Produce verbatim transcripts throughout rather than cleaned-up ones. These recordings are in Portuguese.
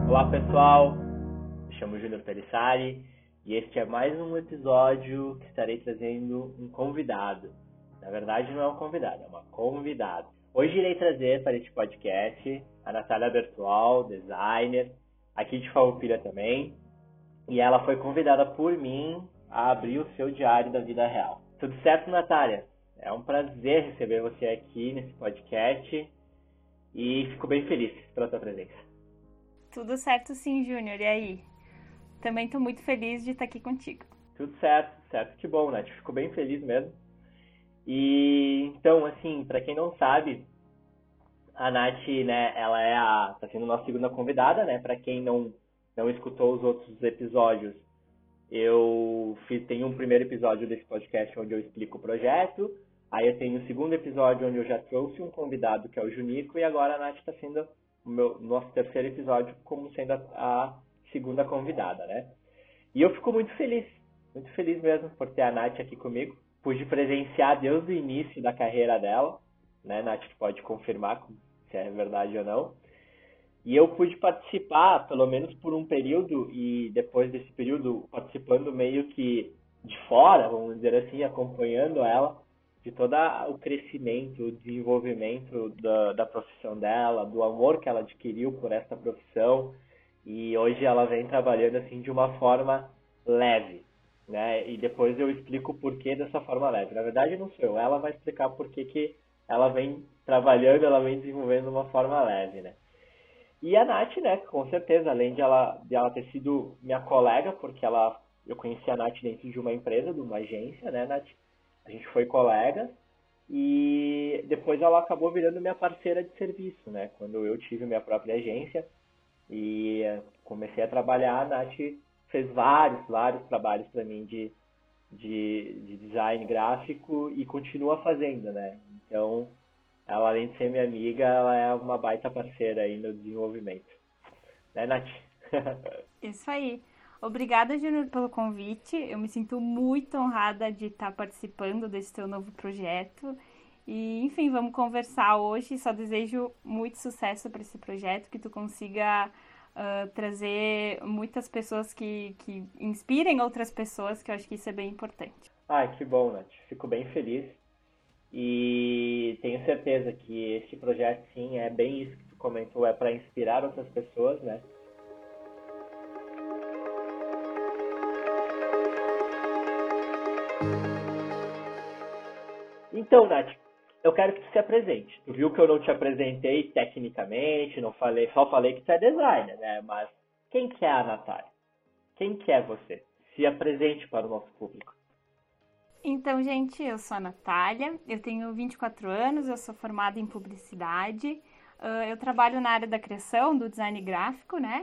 Olá pessoal, me chamo Júnior Pelissari e este é mais um episódio que estarei trazendo um convidado. Na verdade não é um convidado, é uma convidada. Hoje irei trazer para este podcast a Natália Bertual, designer, aqui de Farroupilha também, e ela foi convidada por mim a abrir o seu diário da vida real. Tudo certo, Natália? É um prazer receber você aqui nesse podcast e fico bem feliz pela sua presença. Tudo certo sim, Júnior. E aí? Também estou muito feliz de estar aqui contigo. Tudo certo, certo. Que bom, Nath. Fico bem feliz mesmo. E então, assim, para quem não sabe, a Nath, né, ela é a tá sendo nossa segunda convidada, né? Para quem não não escutou os outros episódios, eu fiz tem um primeiro episódio desse podcast onde eu explico o projeto. Aí eu tenho o segundo episódio onde eu já trouxe um convidado que é o Junico e agora a Nath está sendo o meu nosso terceiro episódio como sendo a, a segunda convidada, né? E eu fico muito feliz, muito feliz mesmo por ter a Nath aqui comigo. Pude presenciar desde o início da carreira dela, né? Nath pode confirmar se é verdade ou não. E eu pude participar, pelo menos por um período, e depois desse período participando meio que de fora, vamos dizer assim, acompanhando ela, de todo o crescimento, o desenvolvimento da, da profissão dela, do amor que ela adquiriu por essa profissão. E hoje ela vem trabalhando assim de uma forma leve, né? E depois eu explico o porquê dessa forma leve. Na verdade não sou eu, ela vai explicar o porquê que ela vem trabalhando, ela vem desenvolvendo de uma forma leve, né? E a Nath, né, com certeza, além de ela, de ela ter sido minha colega, porque ela, eu conheci a Nath dentro de uma empresa, de uma agência, né, Nath? A gente foi colega e depois ela acabou virando minha parceira de serviço, né? Quando eu tive minha própria agência e comecei a trabalhar, a Nath fez vários, vários trabalhos para mim de, de, de design gráfico e continua fazendo, né? Então, ela além de ser minha amiga, ela é uma baita parceira aí no desenvolvimento. Né, Nath? Isso aí. Obrigada, Júnior, pelo convite. Eu me sinto muito honrada de estar participando desse teu novo projeto. E, enfim, vamos conversar hoje. Só desejo muito sucesso para esse projeto, que tu consiga uh, trazer muitas pessoas que, que inspirem outras pessoas, que eu acho que isso é bem importante. Ah, que bom, Nath. Fico bem feliz. E tenho certeza que este projeto, sim, é bem isso que tu comentou, é para inspirar outras pessoas, né? Então, Nath, eu quero que tu se apresente. Tu viu que eu não te apresentei tecnicamente, não falei, só falei que tu é designer, né? Mas quem que é a Natália? Quem que é você? Se apresente para o nosso público. Então, gente, eu sou a Natália, eu tenho vinte e quatro anos, eu sou formada em publicidade, uh, eu trabalho na área da criação, do design gráfico, né?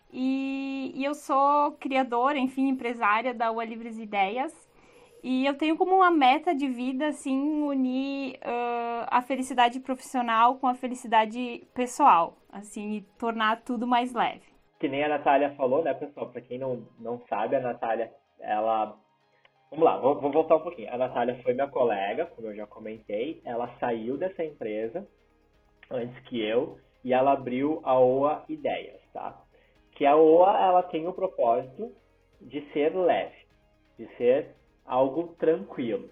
E, e eu sou criadora, enfim, empresária da Ua Livres Ideias. E eu tenho como uma meta de vida, assim, unir uh, a felicidade profissional com a felicidade pessoal, assim, e tornar tudo mais leve. Que nem a Natália falou, né, pessoal? Para quem não, não sabe, a Natália, ela... Vamos lá, vou, vou voltar um pouquinho. A Natália foi minha colega, como eu já comentei. Ela saiu dessa empresa antes que eu e ela abriu a Ua Ideias, tá? Que a Ua, ela tem o propósito de ser leve, de ser algo tranquilo,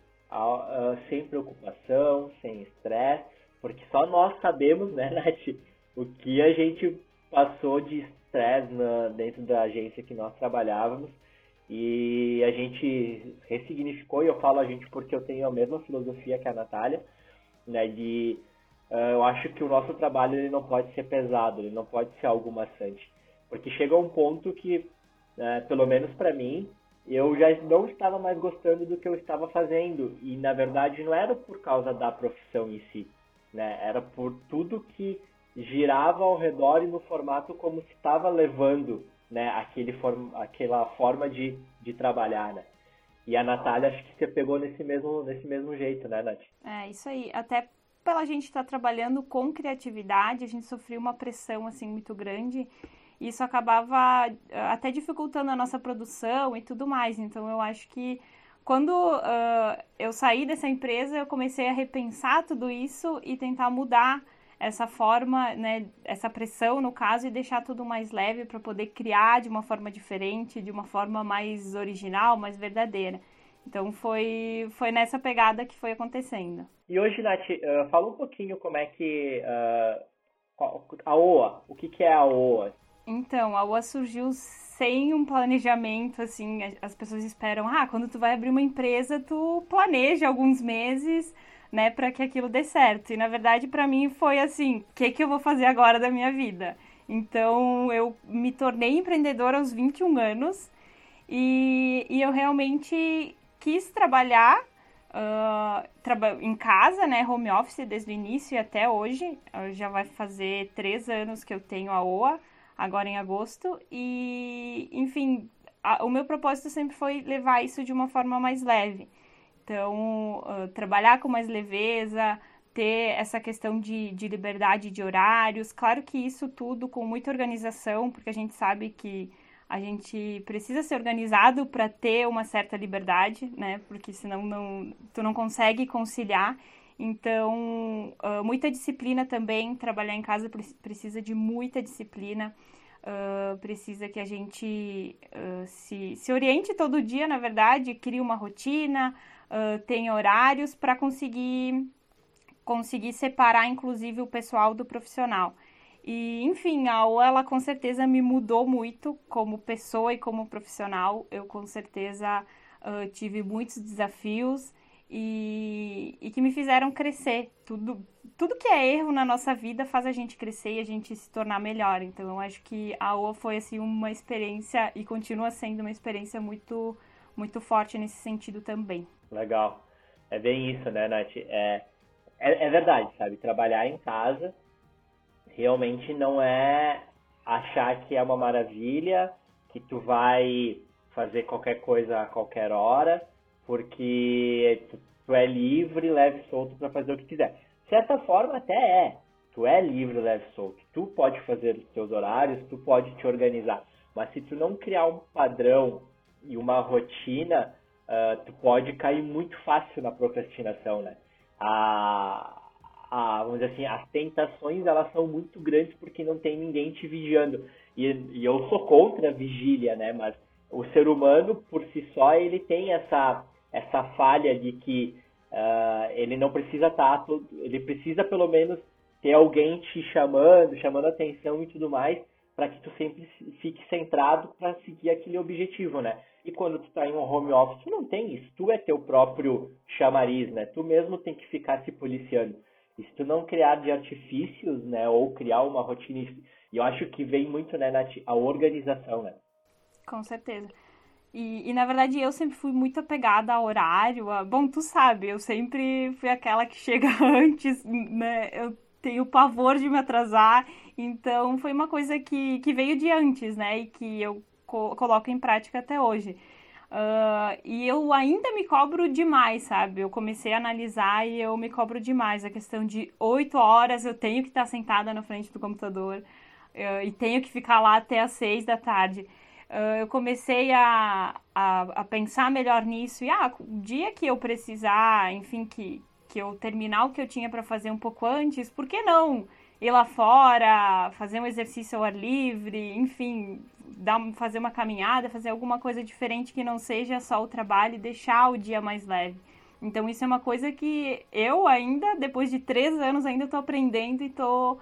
sem preocupação, sem estresse, porque só nós sabemos, né, Nath, o que a gente passou de estresse dentro da agência que nós trabalhávamos. E a gente ressignificou, e eu falo a gente porque eu tenho a mesma filosofia que a Natália, né, de uh, eu acho que o nosso trabalho ele não pode ser pesado, ele não pode ser algo maçante, porque chega um ponto que, uh, pelo menos para mim, eu já não estava mais gostando do que eu estava fazendo, e na verdade não era por causa da profissão em si, né, era por tudo que girava ao redor e no formato como se estava levando, né, aquele form, aquela forma de, de trabalhar, né? E a Natália, acho que você pegou nesse mesmo, nesse mesmo jeito, né, Nath? É, isso aí. Até pela gente estar trabalhando com criatividade, a gente sofreu uma pressão, assim, muito grande. E isso acabava até dificultando a nossa produção e tudo mais. Então, eu acho que quando uh, eu saí dessa empresa, eu comecei a repensar tudo isso e tentar mudar essa forma, né, essa pressão no caso, e deixar tudo mais leve para poder criar de uma forma diferente, de uma forma mais original, mais verdadeira. Então foi, foi nessa pegada que foi acontecendo. E hoje, Nath, uh, fala um pouquinho como é que uh, a O A, o que, que é a O A? Então, a U A surgiu sem um planejamento, assim, as pessoas esperam, ah, quando tu vai abrir uma empresa, tu planeja alguns meses, né, para que aquilo dê certo. E na verdade, para mim foi assim, o que que eu vou fazer agora da minha vida? Então, eu me tornei empreendedora aos vinte e um anos e, e eu realmente quis trabalhar uh, traba em casa, né, home office desde o início e até hoje. Já vai fazer três anos que eu tenho a O A, agora em agosto, e, enfim, a, o meu propósito sempre foi levar isso de uma forma mais leve. Então, uh, trabalhar com mais leveza, ter essa questão de, de liberdade de horários, claro que isso tudo com muita organização, porque a gente sabe que a gente precisa ser organizado para ter uma certa liberdade, né? Porque senão não, tu não consegue conciliar. Então, uh, muita disciplina também. Trabalhar em casa precisa de muita disciplina. Uh, precisa que a gente uh, se, se oriente todo dia, na verdade, crie uma rotina, uh, tenha horários para conseguir, conseguir separar, inclusive, o pessoal do profissional. E, enfim, a O A, ela com certeza me mudou muito como pessoa e como profissional. Eu, com certeza, uh, tive muitos desafios e, e que me fizeram crescer. Tudo, tudo que é erro na nossa vida faz a gente crescer e a gente se tornar melhor. Então, eu acho que a O A foi, assim, uma experiência e continua sendo uma experiência muito, muito forte nesse sentido também. Legal. É bem isso, né, Nath? É, é, é verdade, sabe? Trabalhar em casa realmente não é achar que é uma maravilha, que tu vai fazer qualquer coisa a qualquer hora, porque tu, tu é livre, leve e solto para fazer o que quiser. De certa forma até é. Tu é livre, leve e solto. Tu pode fazer os teus horários, tu pode te organizar. Mas se tu não criar um padrão e uma rotina, uh, tu pode cair muito fácil na procrastinação, né? A A, vamos dizer assim, as tentações elas são muito grandes porque não tem ninguém te vigiando. E, e eu sou contra a vigília, né? Mas o ser humano, por si só, ele tem essa, essa falha de que uh, ele não precisa estar, ele precisa pelo menos ter alguém te chamando, chamando a atenção e tudo mais, para que tu sempre fique centrado para seguir aquele objetivo, né? E quando tu tá em um home office, tu não tem isso. Tu é teu próprio chamariz, né? Tu mesmo tem que ficar se policiando. E se tu não criar de artifícios, né, ou criar uma rotina, e eu acho que vem muito, né, Nath, a organização, né? Com certeza. E, e, na verdade, eu sempre fui muito apegada a horário. A... Bom, tu sabe, eu sempre fui aquela que chega antes, né? Eu tenho pavor de me atrasar. Então, foi uma coisa que, que veio de antes, né? E que eu co- coloco em prática até hoje. Uh, e eu ainda me cobro demais, sabe? Eu comecei a analisar e eu me cobro demais. A questão de oito horas eu tenho que estar sentada na frente do computador uh, e tenho que ficar lá até às seis da tarde. Uh, eu comecei a, a, a pensar melhor nisso e, ah, o dia que eu precisar, enfim, que, que eu terminar o que eu tinha para fazer um pouco antes, por que não ir lá fora, fazer um exercício ao ar livre, enfim, dar, fazer uma caminhada, fazer alguma coisa diferente que não seja só o trabalho e deixar o dia mais leve. Então isso é uma coisa que eu ainda, depois de três anos, ainda estou aprendendo e estou,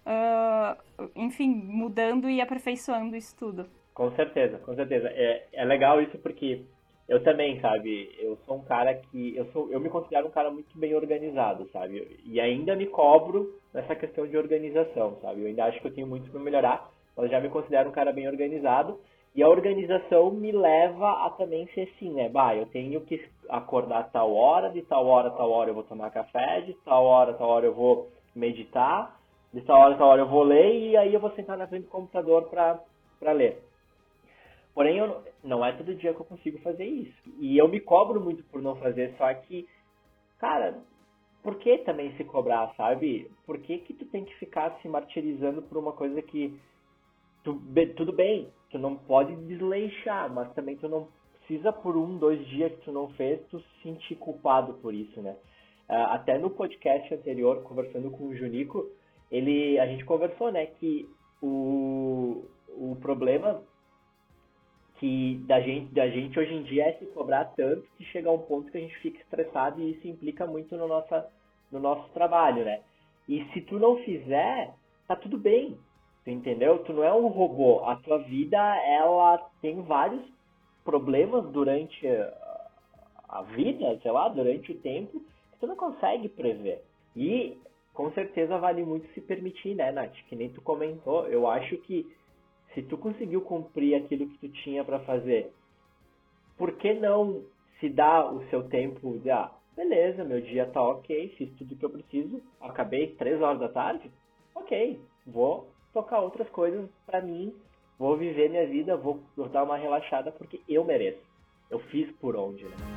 uh, enfim, mudando e aperfeiçoando isso tudo. Com certeza, com certeza. É, é legal isso porque eu também, sabe, eu sou um cara que, eu sou, eu me considero um cara muito bem organizado, sabe, e ainda me cobro nessa questão de organização, sabe, eu ainda acho que eu tenho muito para melhorar, mas já me considero um cara bem organizado, e a organização me leva a também ser assim, né, bah, eu tenho que acordar tal hora, de tal hora, tal hora eu vou tomar café, de tal hora, tal hora eu vou meditar, de tal hora, tal hora eu vou ler, e aí eu vou sentar na frente do computador para para ler. Porém, eu, não é todo dia que eu consigo fazer isso. E eu me cobro muito por não fazer, só que, cara, por que também se cobrar, sabe? Por que que tu tem que ficar se martirizando por uma coisa que, tu, tudo bem, tu não pode desleixar, mas também tu não precisa por um, dois dias que tu não fez, tu se sentir culpado por isso, né? Uh, até no podcast anterior, conversando com o Junico, ele, a gente conversou, né, que o, o problema que da gente, da gente hoje em dia é se cobrar tanto que chega a um ponto que a gente fica estressado e isso implica muito no, nossa, no nosso trabalho, né? E se tu não fizer, tá tudo bem, tu entendeu? Tu não é um robô, a tua vida, ela tem vários problemas durante a, a vida, sei lá, durante o tempo, que tu não consegue prever. E com certeza vale muito se permitir, né, Nath? Que nem tu comentou, eu acho que se tu conseguiu cumprir aquilo que tu tinha para fazer, por que não se dar o seu tempo de, ah, beleza, meu dia tá ok, fiz tudo que eu preciso, acabei três horas da tarde, ok, vou tocar outras coisas para mim, vou viver minha vida, vou dar uma relaxada porque eu mereço. Eu fiz por onde, né?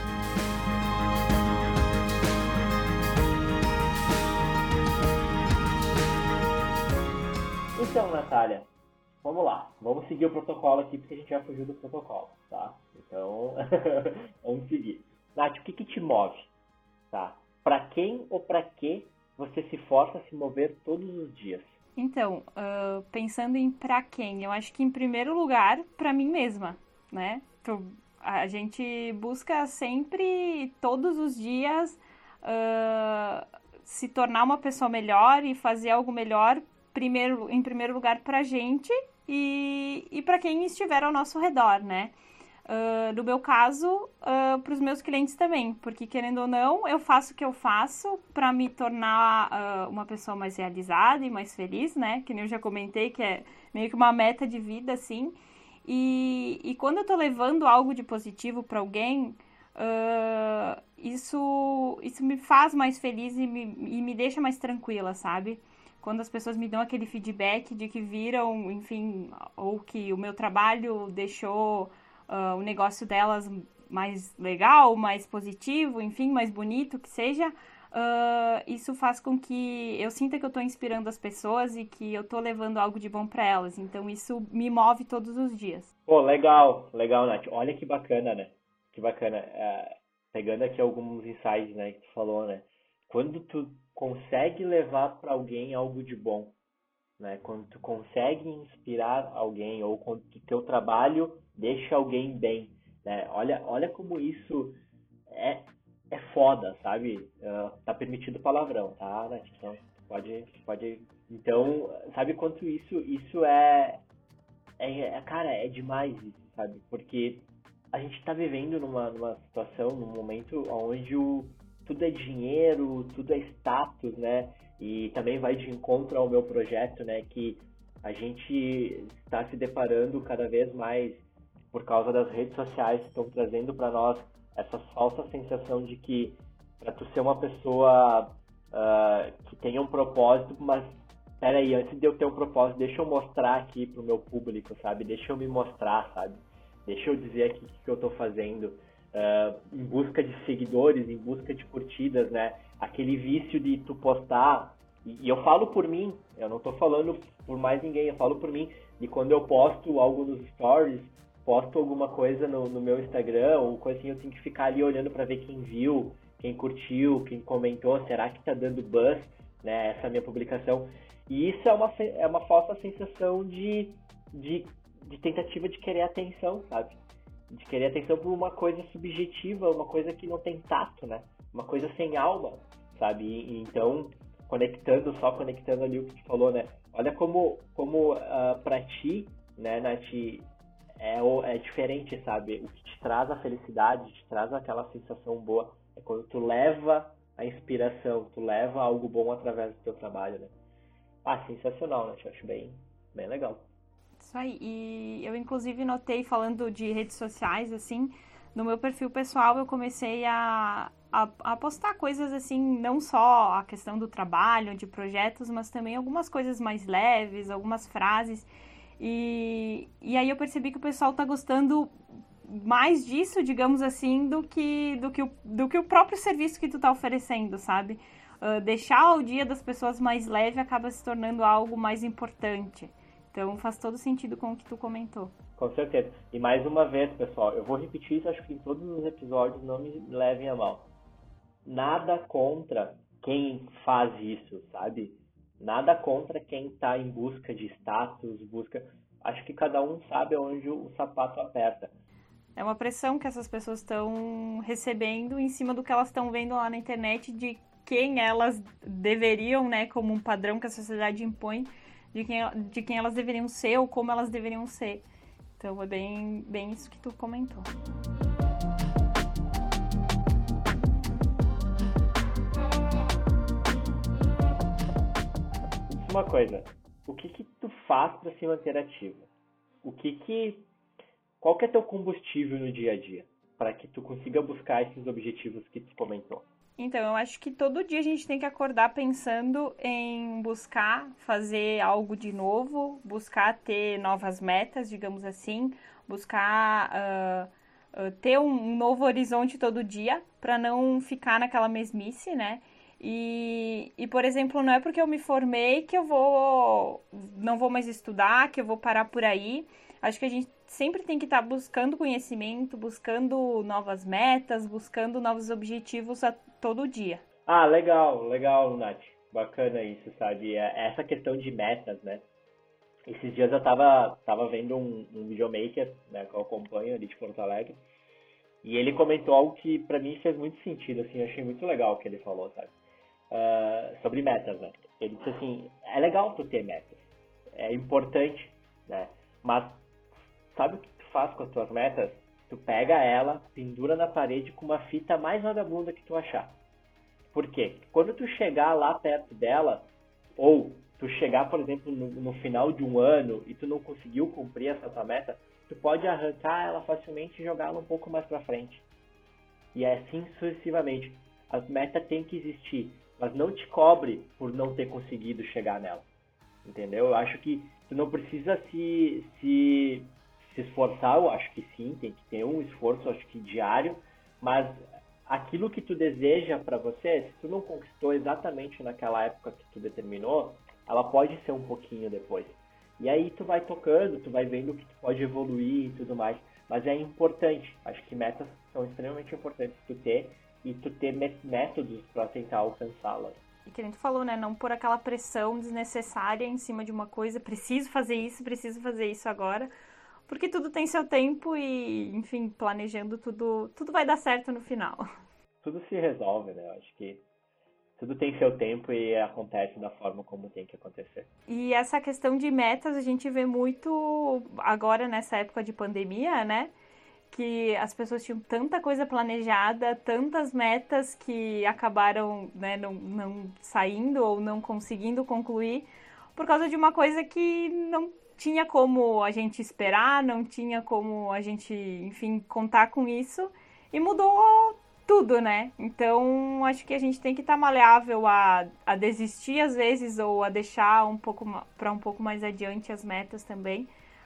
Então, Natália, vamos lá, vamos seguir o protocolo aqui porque a gente já fugiu do protocolo, tá? Então, vamos seguir. Nath, o que que te move, tá? Pra quem ou pra que você se força a se mover todos os dias? Então, uh, pensando em pra quem, eu acho que em primeiro lugar, pra mim mesma, né? Tu- A gente busca sempre, todos os dias, uh, se tornar uma pessoa melhor e fazer algo melhor, primeiro, em primeiro lugar pra gente e, e para quem estiver ao nosso redor, né? Uh, no meu caso, uh, para os meus clientes também, porque querendo ou não, eu faço o que eu faço para me tornar uh, uma pessoa mais realizada e mais feliz, né? Que nem eu já comentei, que é meio que uma meta de vida, assim. E, e quando eu tô levando algo de positivo para alguém, uh, isso, isso me faz mais feliz e me, e me deixa mais tranquila, sabe? Quando as pessoas me dão aquele feedback de que viram, enfim, ou que o meu trabalho deixou uh, o negócio delas mais legal, mais positivo, enfim, mais bonito que seja, uh, isso faz com que eu sinta que eu estou inspirando as pessoas e que eu estou levando algo de bom para elas. Então isso me move todos os dias. Pô, legal, legal, Nath. Olha que bacana, né? Que bacana. É, pegando aqui alguns insights, né, que tu falou, né? Quando tu consegue levar para alguém algo de bom, né? Quando tu consegue inspirar alguém ou quando o teu trabalho deixa alguém bem, né? Olha, olha como isso é, é foda, sabe? Uh, tá permitido palavrão, tá, Nath? Então, pode, pode. Então, sabe quanto isso, isso é, é, é, cara, é demais isso, sabe? Porque a gente tá vivendo numa, numa situação, num momento onde o, tudo é dinheiro, tudo é status, né? E também vai de encontro ao meu projeto, né? Que a gente está se deparando cada vez mais por causa das redes sociais que estão trazendo para nós essa falsa sensação de que para tu ser uma pessoa uh, que tenha um propósito, mas peraí, antes de eu ter um propósito, deixa eu mostrar aqui pro meu público, sabe? Deixa eu me mostrar, sabe? Deixa eu dizer aqui o que, que eu estou fazendo uh, em busca de seguidores, em busca de curtidas, né? Aquele vício de tu postar, e, e eu falo por mim, eu não estou falando por mais ninguém, eu falo por mim, de quando eu posto algo nos stories, posto alguma coisa no, no meu Instagram, ou coisa assim, eu tenho que ficar ali olhando para ver quem viu, quem curtiu, quem comentou, será que tá dando buzz, né, essa minha publicação. E isso é uma, é uma falsa sensação de, de, de tentativa de querer atenção, sabe? De querer atenção por uma coisa subjetiva, uma coisa que não tem tato, né? Uma coisa sem alma, sabe? E, então, conectando, só conectando ali o que tu falou, né? Olha como, como uh, pra ti, né, Nath, é, é diferente, sabe? O que te traz a felicidade, te traz aquela sensação boa, é quando tu leva a inspiração, tu leva algo bom através do teu trabalho, né? Ah, sensacional, né? Eu acho bem, bem legal. Isso aí. E eu, inclusive, notei, falando de redes sociais, assim, no meu perfil pessoal eu comecei a, a, a postar coisas, assim, não só a questão do trabalho, de projetos, mas também algumas coisas mais leves, algumas frases. E, e aí eu percebi que o pessoal tá gostando mais disso, digamos assim, do que, do que, o, do que o próprio serviço que tu tá oferecendo, sabe? Uh, deixar o dia das pessoas mais leve acaba se tornando algo mais importante. Então faz todo sentido com o que tu comentou. Com certeza. E mais uma vez, pessoal, eu vou repetir isso, acho que em todos os episódios, não me levem a mal. Nada contra quem faz isso, sabe? Nada contra quem está em busca de status, busca... Acho que cada um sabe onde o sapato aperta. É uma pressão que essas pessoas estão recebendo em cima do que elas estão vendo lá na internet, de quem elas deveriam, né, como um padrão que a sociedade impõe, de quem, de quem elas deveriam ser ou como elas deveriam ser. Então é bem, bem isso que tu comentou. Uma coisa, o que que tu faz para se manter ativo? O que que, qual que é teu combustível no dia a dia para que tu consiga buscar esses objetivos que tu comentou? Então, eu acho que todo dia a gente tem que acordar pensando em buscar fazer algo de novo, buscar ter novas metas, digamos assim, buscar uh, uh, ter um novo horizonte todo dia para não ficar naquela mesmice, né? E, e, por exemplo, não é porque eu me formei que eu vou não vou mais estudar, que eu vou parar por aí. Acho que a gente sempre tem que estar buscando conhecimento, buscando novas metas, buscando novos objetivos a todo dia. Ah, legal, legal, Nath. Bacana isso, sabe? É- Essa questão de metas, né? Esses dias eu tava, tava vendo um, um videomaker, né, que eu acompanho ali de Porto Alegre, e ele comentou algo que pra mim fez muito sentido, assim, eu achei muito legal o que ele falou, sabe? Ah, sobre metas, né? Ele disse assim, é legal tu ter metas, é importante, né? Mas sabe o que tu faz com as tuas metas? Tu pega ela, pendura na parede com uma fita mais vagabunda que tu achar. Por quê? Quando tu chegar lá perto dela, ou tu chegar, por exemplo, no, no final de um ano e tu não conseguiu cumprir essa tua meta, tu pode arrancar ela facilmente e jogá-la um pouco mais pra frente. E é assim sucessivamente. A meta tem que existir, mas não te cobre por não ter conseguido chegar nela. Entendeu? Eu acho que tu não precisa se, se, se esforçar, eu acho que sim, tem que ter um esforço, acho que diário, mas aquilo que tu deseja para você, se tu não conquistou exatamente naquela época que tu determinou, ela pode ser um pouquinho depois. E aí tu vai tocando, tu vai vendo que tu pode evoluir e tudo mais. Mas é importante, acho que metas são extremamente importantes tu ter e tu ter métodos para tentar alcançá-las. E que a gente falou, né? Não por aquela pressão desnecessária em cima de uma coisa, preciso fazer isso, preciso fazer isso agora. Porque tudo tem seu tempo e, enfim, planejando tudo, tudo vai dar certo no final. Tudo se resolve, né? Eu acho que tudo tem seu tempo e acontece da forma como tem que acontecer. E essa questão de metas a gente vê muito agora nessa época de pandemia, né? Que as pessoas tinham tanta coisa planejada, tantas metas que acabaram, né, não, não saindo ou não conseguindo concluir por causa de uma coisa que não tinha como a gente esperar, não tinha como a gente, enfim, contar com isso e mudou tudo, né? Então, acho que a gente tem que estar maleável a, a desistir às vezes ou a deixar um pouco para um pouco mais adiante as metas também,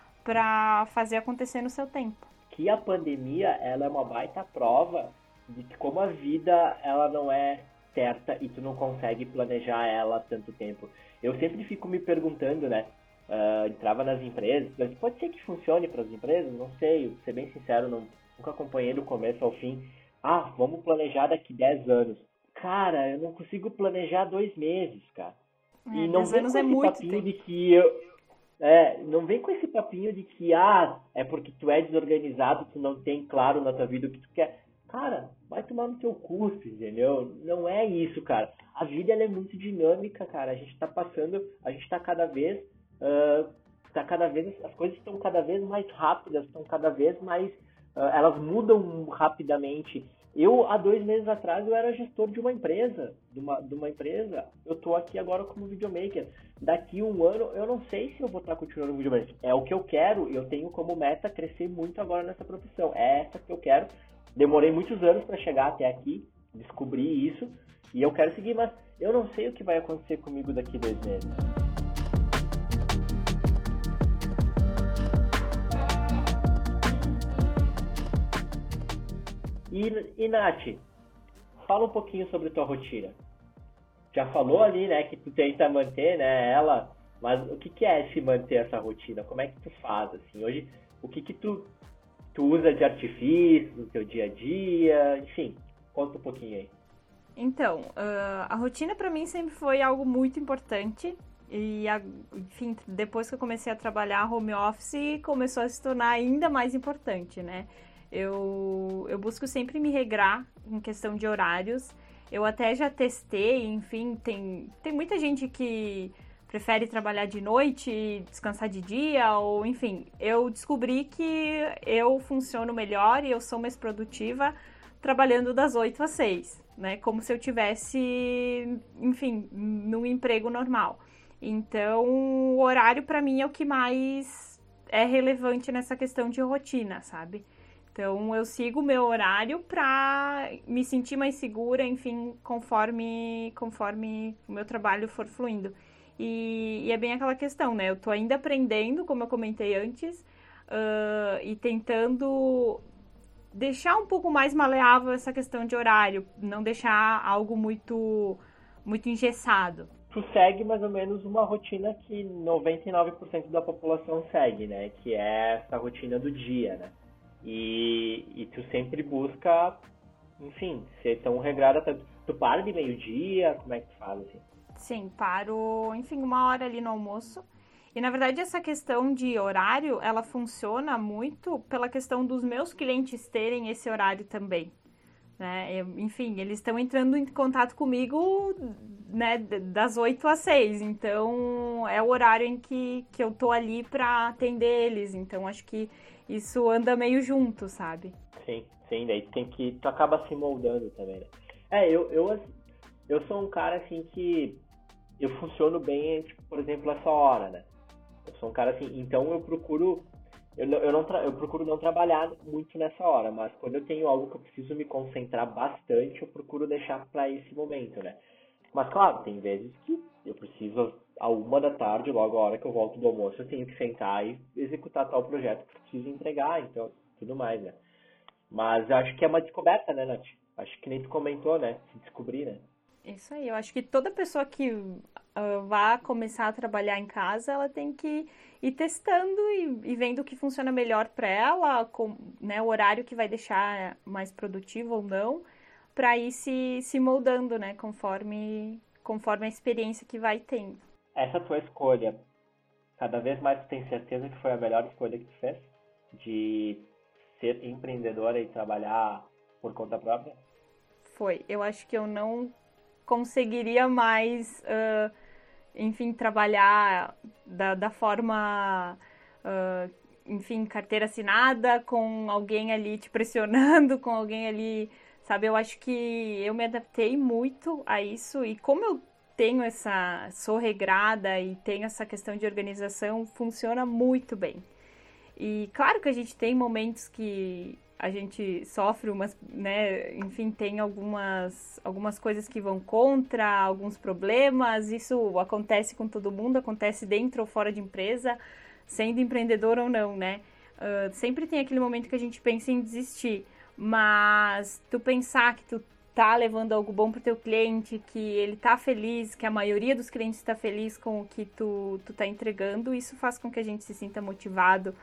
para fazer acontecer no seu tempo. Que a pandemia, ela é uma baita prova de que como a vida, ela não é certa e tu não consegue planejar ela há tanto tempo. Eu sempre fico me perguntando, né? Uh, entrava nas empresas, mas pode ser que funcione para as empresas, não sei, vou ser bem sincero, não, nunca acompanhei do começo ao fim. Ah, vamos planejar daqui dez anos. Cara, eu não consigo planejar dois meses, cara. É, e não vem com é esse papinho tempo. de que eu... É, não vem com esse papinho de que, ah, é porque tu é desorganizado, tu não tem claro na tua vida o que tu quer. Cara, vai tomar no teu curso, entendeu? Não é isso, cara. A vida, ela é muito dinâmica, cara. A gente tá passando, a gente tá cada vez... Uh, tá cada vez, as coisas estão cada vez mais rápidas, estão cada vez mais, uh, elas mudam rapidamente. Eu, há dois meses atrás, eu era gestor de uma empresa, de uma, de uma empresa, eu tô aqui agora como videomaker. Daqui um ano, eu não sei se eu vou estar continuando no videomaker. É o que eu quero, eu tenho como meta crescer muito agora nessa profissão. É essa que eu quero. Demorei muitos anos para chegar até aqui, descobri isso, e eu quero seguir, mas eu não sei o que vai acontecer comigo daqui dois meses. E, e Nath, fala um pouquinho sobre tua rotina. Já falou ali, né, que tu tenta manter, né, ela, mas o que, que é se manter essa rotina? Como é que tu faz, assim? Hoje, o que que tu, tu usa de artifício no teu dia a dia? Enfim, conta um pouquinho aí. Então, uh, a rotina para mim sempre foi algo muito importante. E, a, enfim, depois que eu comecei a trabalhar home office, começou a se tornar ainda mais importante, né? Eu, eu busco sempre me regrar em questão de horários. Eu até já testei, enfim, tem, tem muita gente que prefere trabalhar de noite e descansar de dia, ou enfim, eu descobri que eu funciono melhor e eu sou mais produtiva trabalhando das oito às seis, né? Como se eu tivesse, enfim, num emprego normal. Então, o horário para mim é o que mais é relevante nessa questão de rotina, sabe? Então, eu sigo o meu horário para me sentir mais segura, enfim, conforme, conforme o meu trabalho for fluindo. E, e é bem aquela questão, né? Eu tô ainda aprendendo, como eu comentei antes, uh, e tentando deixar um pouco mais maleável essa questão de horário, não deixar algo muito, muito engessado. Tu segue mais ou menos uma rotina que noventa e nove por cento da população segue, né? Que é essa rotina do dia, né? E, e tu sempre busca, enfim, ser tão regrada. Tanto. Tu para de meio-dia? Como é que tu faz, assim? Sim, paro, enfim, uma hora ali no almoço. E na verdade essa questão de horário, ela funciona muito pela questão dos meus clientes terem esse horário também. Né? Eu, enfim, eles estão entrando em contato comigo, né, das oito às seis, então é o horário em que, que eu tô ali para atender eles, então acho que isso anda meio junto, sabe? Sim, sim, daí tem que, tu acaba se moldando também, né? É, eu, eu, eu sou um cara assim que eu funciono bem, tipo, por exemplo, essa hora, né? Eu sou um cara assim, então eu procuro Eu, não, eu, não tra- eu procuro não trabalhar muito nessa hora, mas quando eu tenho algo que eu preciso me concentrar bastante, eu procuro deixar para esse momento, né? Mas claro, tem vezes que eu preciso, a uma da tarde, logo a hora que eu volto do almoço, eu tenho que sentar e executar tal projeto que eu preciso entregar, então tudo mais, né? Mas eu acho que é uma descoberta, né, Nath? Acho que nem tu comentou, né? Se descobrir, né? Isso aí, eu acho que toda pessoa que uh, vá começar a trabalhar em casa, ela tem que ir testando e, e vendo o que funciona melhor para ela, com, né, o horário que vai deixar mais produtivo ou não, para ir se, se moldando, né, conforme, conforme a experiência que vai tendo. Essa tua escolha, cada vez mais tu tem certeza que foi a melhor escolha que tu fez? De ser empreendedora e trabalhar por conta própria? Foi, eu acho que eu não conseguiria mais, uh, enfim, trabalhar da, da forma, uh, enfim, carteira assinada, com alguém ali te pressionando, com alguém ali, sabe? Eu acho que eu me adaptei muito a isso e como eu tenho essa, sou regrada e tenho essa questão de organização, funciona muito bem. E claro que a gente tem momentos que a gente sofre umas, né, enfim, tem algumas, algumas coisas que vão contra, alguns problemas, isso acontece com todo mundo, acontece dentro ou fora de empresa, sendo empreendedor ou não, né? Uh, sempre tem aquele momento que a gente pensa em desistir, mas tu pensar que tu tá levando algo bom pro teu cliente, que ele tá feliz, que a maioria dos clientes está feliz com o que tu, tu tá entregando, isso faz com que a gente se sinta motivado,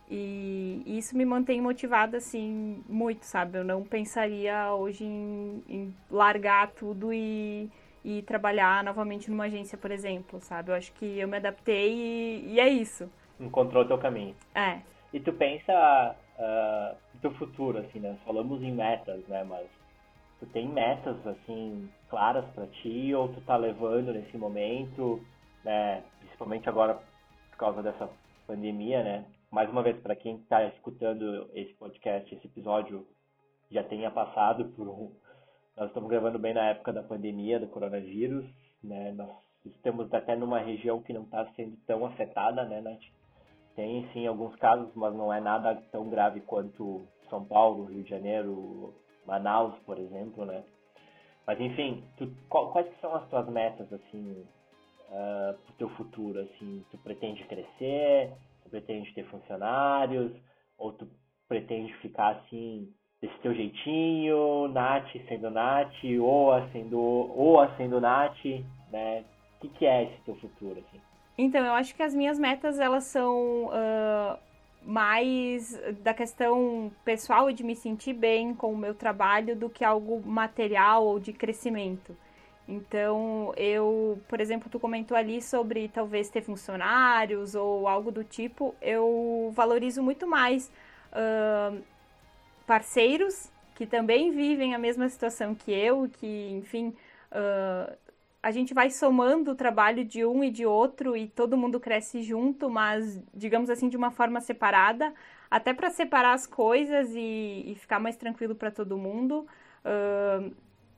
e isso me mantém motivada, assim, muito, sabe? Eu não pensaria hoje em, em largar tudo e, e trabalhar novamente numa agência, por exemplo, sabe? Eu acho que eu me adaptei e, e é isso. Encontrou o teu caminho. É. E tu pensa uh, no teu futuro, assim, né? Falamos em metas, né? Mas tu tem metas, assim, claras pra ti ou tu tá levando nesse momento, né? Principalmente agora por causa dessa pandemia, né? Mais uma vez, para quem está escutando esse podcast, esse episódio já tenha passado por um... Nós estamos gravando bem na época da pandemia, do coronavírus, né? Nós estamos até numa região que não está sendo tão afetada, né, Nath? Tem, sim, alguns casos, mas não é nada tão grave quanto São Paulo, Rio de Janeiro, Manaus, por exemplo, né? Mas, enfim, tu, quais que são as tuas metas, assim, uh, pro teu futuro, assim? Tu pretende crescer? Tu pretende ter funcionários? Ou tu pretende ficar assim, desse teu jeitinho, Nath sendo Nath, Oa sendo Oa sendo Nath, né? O que, que é esse teu futuro, assim? Então, eu acho que as minhas metas, elas são uh, mais da questão pessoal e de me sentir bem com o meu trabalho do que algo material ou de crescimento. Então, eu, por exemplo, tu comentou ali sobre talvez ter funcionários ou algo do tipo, eu valorizo muito mais uh, parceiros que também vivem a mesma situação que eu, que, enfim, uh, a gente vai somando o trabalho de um e de outro e todo mundo cresce junto, mas, digamos assim, de uma forma separada, até para separar as coisas e, e ficar mais tranquilo para todo mundo. Uh,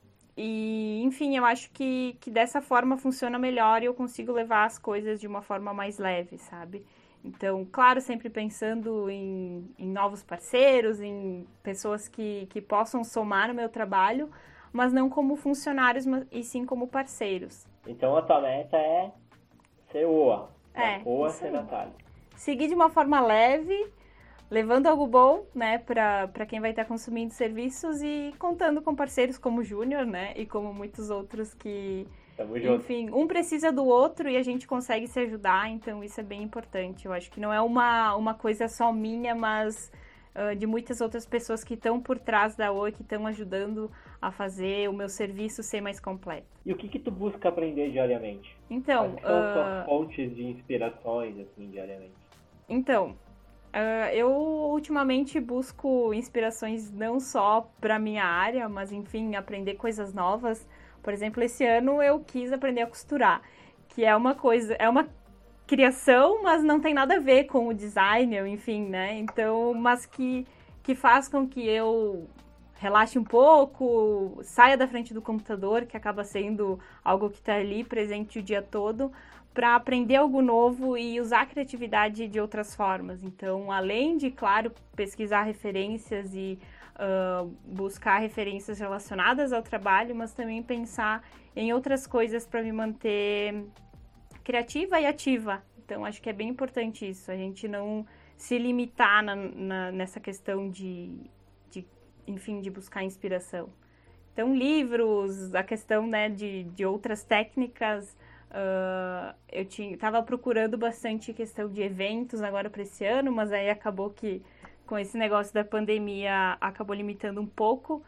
E, enfim, eu acho que, que dessa forma funciona melhor e eu consigo levar as coisas de uma forma mais leve, sabe? Então, claro, sempre pensando em, em novos parceiros, em pessoas que, que possam somar no meu trabalho, mas não como funcionários, mas, e sim como parceiros. Então a tua meta é ser Oa, É, da Oa isso ser aí. Natália. Seguir de uma forma leve, levando algo bom, né, para quem vai estar consumindo serviços e contando com parceiros como o Júnior, né, e como muitos outros que, Tamo junto. enfim, um precisa do outro e a gente consegue se ajudar, então isso é bem importante. Eu acho que não é uma, uma coisa só minha, mas uh, de muitas outras pessoas que estão por trás da O E, que estão ajudando a fazer o meu serviço ser mais completo. E o que que tu busca aprender diariamente? Então, Quais são uh, suas fontes de inspirações, assim, diariamente? Então, Uh, eu ultimamente busco inspirações não só para minha área, mas enfim, aprender coisas novas. Por exemplo, esse ano eu quis aprender a costurar, que é uma coisa, é uma criação, mas não tem nada a ver com o design, enfim, né? Então, mas que, que faz com que eu relaxe um pouco, saia da frente do computador, que acaba sendo algo que está ali presente o dia todo, para aprender algo novo e usar a criatividade de outras formas. Então, além de, claro, pesquisar referências e uh, buscar referências relacionadas ao trabalho, mas também pensar em outras coisas para me manter criativa e ativa. Então, acho que é bem importante isso, a gente não se limitar na, na, nessa questão de, de, enfim, de buscar inspiração. Então, livros, a questão, né, de, de outras técnicas. Uh, eu estava procurando bastante questão de eventos agora para esse ano, mas aí acabou que com esse negócio da pandemia acabou limitando um pouco,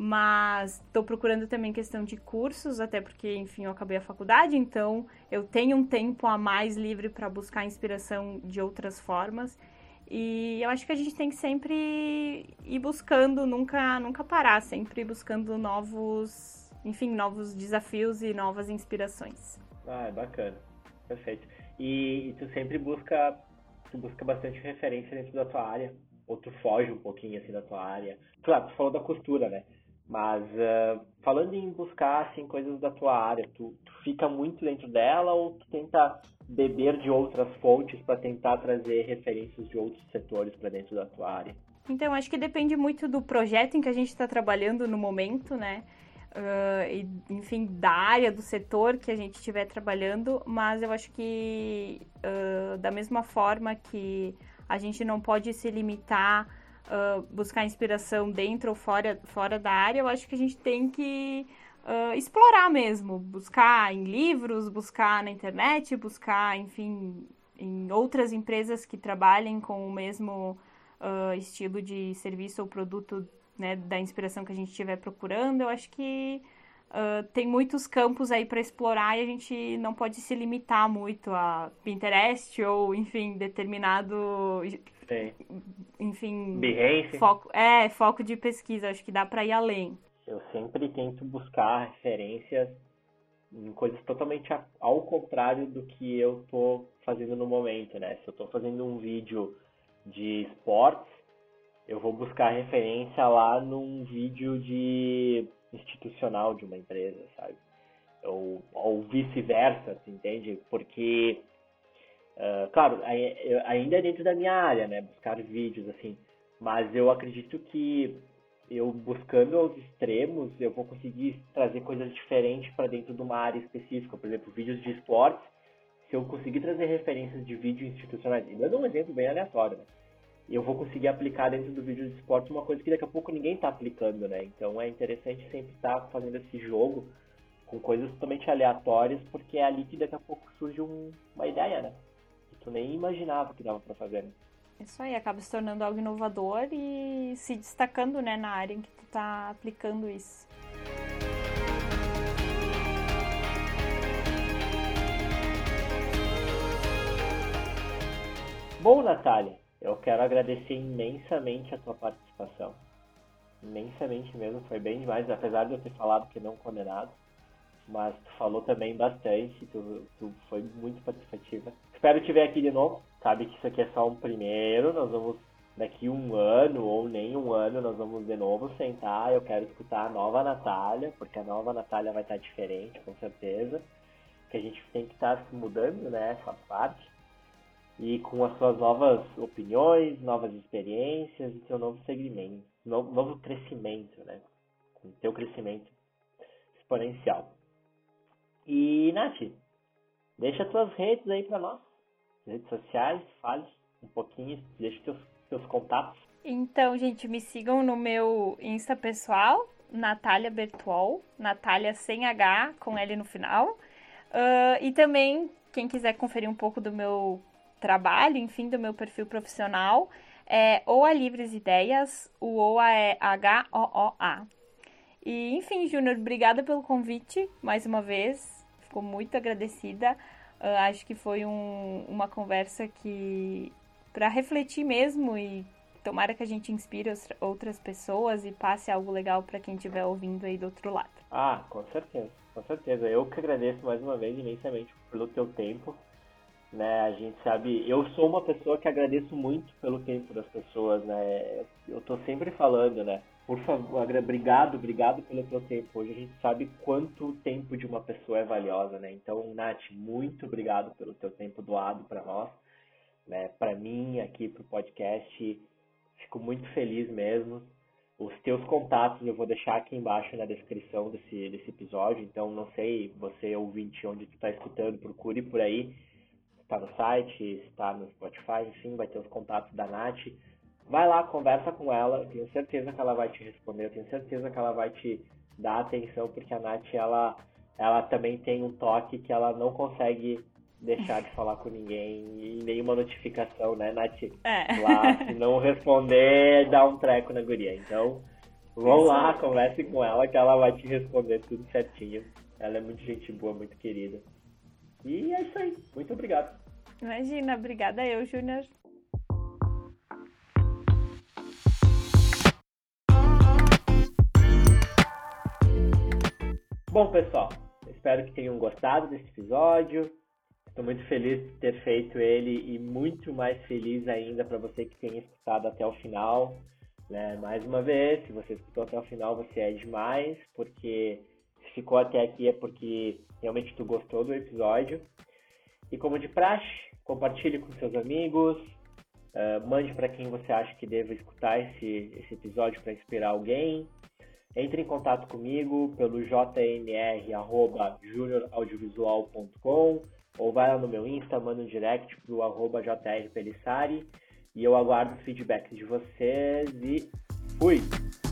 mas estou procurando também questão de cursos, até porque, enfim, eu acabei a faculdade, então eu tenho um tempo a mais livre para buscar inspiração de outras formas. E eu acho que a gente tem que sempre ir buscando, nunca, nunca parar, sempre buscando novos, enfim, novos desafios e novas inspirações. Ah, é bacana. Perfeito. E, e tu sempre busca, tu busca bastante referência dentro da tua área, ou tu foge um pouquinho assim da tua área. Claro, tu falou da costura, né? Mas uh, falando em buscar assim coisas da tua área, tu, tu fica muito dentro dela ou tu tenta beber de outras fontes para tentar trazer referências de outros setores para dentro da tua área? Então, acho que depende muito do projeto em que a gente está trabalhando no momento, né? Uh, e, enfim, da área, do setor que a gente estiver trabalhando, mas eu acho que uh, da mesma forma que a gente não pode se limitar uh, buscar inspiração dentro ou fora, fora da área, eu acho que a gente tem que uh, explorar mesmo, buscar em livros, buscar na internet, buscar, enfim, em outras empresas que trabalhem com o mesmo uh, estilo de serviço ou produto, né, da inspiração que a gente estiver procurando. Eu acho que uh, tem muitos campos aí para explorar e a gente não pode se limitar muito a Pinterest ou, enfim, determinado, Sim. enfim, Behance. foco, é, foco de pesquisa. Acho que dá para ir além. Eu sempre tento buscar referências em coisas totalmente ao contrário do que eu tô fazendo no momento, né? Se eu tô fazendo um vídeo de esportes, eu vou buscar referência lá num vídeo de institucional de uma empresa, sabe? Ou, ou vice-versa, você entende? Porque, uh, claro, ainda é dentro da minha área, né? Buscar vídeos, assim. Mas eu acredito que eu buscando aos extremos, eu vou conseguir trazer coisas diferentes para dentro de uma área específica. Por exemplo, vídeos de esportes, se eu conseguir trazer referências de vídeos institucionais, e dando um exemplo bem aleatório, né? Eu vou conseguir aplicar dentro do vídeo de esporte uma coisa que daqui a pouco ninguém está aplicando, né? Então é interessante sempre estar fazendo esse jogo com coisas totalmente aleatórias, porque é ali que daqui a pouco surge um, uma ideia, né? Que tu nem imaginava que dava para fazer, né? Isso aí, acaba se tornando algo inovador e se destacando, né, na área em que tu tá aplicando isso. Bom, Natália, eu quero agradecer imensamente a tua participação. Imensamente mesmo, foi bem demais, apesar de eu ter falado que não condenado. Mas tu falou também bastante, tu, tu foi muito participativa. Espero te ver aqui de novo. Sabe que isso aqui é só um primeiro, nós vamos, daqui um ano ou nem um ano, nós vamos de novo sentar. Eu quero escutar a nova Natália, porque a nova Natália vai estar diferente, com certeza. Que a gente tem que estar se mudando, né, essa parte. E com as suas novas opiniões, novas experiências e seu novo segmento, novo, novo crescimento, né? Com o teu crescimento exponencial. E, Nath, deixa tuas redes aí para nós, redes sociais, fale um pouquinho, deixa teus, teus contatos. Então, gente, me sigam no meu Insta pessoal, Natália Bertuol, Natália sem H, com L no final. Uh, e também, quem quiser conferir um pouco do meu trabalho, enfim, do meu perfil profissional, é Oa Livres Ideias, o Oa é H O O A. E, enfim, Júnior, obrigada pelo convite, mais uma vez, fico muito agradecida. Uh, acho que foi um, uma conversa que, para refletir mesmo, e tomara que a gente inspire outras pessoas e passe algo legal para quem estiver ouvindo aí do outro lado. Ah, com certeza, com certeza. Eu que agradeço mais uma vez imensamente pelo teu tempo. Né, a gente sabe, eu sou uma pessoa que agradeço muito pelo tempo das pessoas, né? Eu tô sempre falando, né? Por favor, obrigado, obrigado pelo teu tempo. Hoje a gente sabe quanto o tempo de uma pessoa é valiosa, né? Então, Nath, muito obrigado pelo teu tempo doado para nós, né? Para mim, aqui pro podcast, fico muito feliz mesmo. Os teus contatos eu vou deixar aqui embaixo na descrição desse, desse episódio. Então, não sei, você ouvinte, onde tu tá escutando, procure por aí. Está no site, está no Spotify, enfim, vai ter os contatos da Nath. Vai lá, conversa com ela, tenho certeza que ela vai te responder, tenho certeza que ela vai te dar atenção, porque a Nath, ela, ela também tem um toque que ela não consegue deixar de falar com ninguém, e nenhuma notificação, né, Nath? É. Lá, se não responder, dá um treco na guria. Então, vão lá, converse com ela, que ela vai te responder tudo certinho. Ela é muito gente boa, muito querida. E é isso aí. Muito obrigado. Imagina, obrigada eu, Júnior. Bom, pessoal, espero que tenham gostado desse episódio. Estou muito feliz de ter feito ele e muito mais feliz ainda para você que tenha escutado até o final. Né? Mais uma vez, se você escutou até o final, você é demais, porque se ficou até aqui é porque realmente tu gostou do episódio. E como de praxe, compartilhe com seus amigos, uh, mande para quem você acha que deva escutar esse, esse episódio para inspirar alguém. Entre em contato comigo pelo j n r arroba junior audiovisual ponto com ou vai lá no meu Insta, manda um direct pro arroba jrpelissari e eu aguardo o feedback de vocês e fui!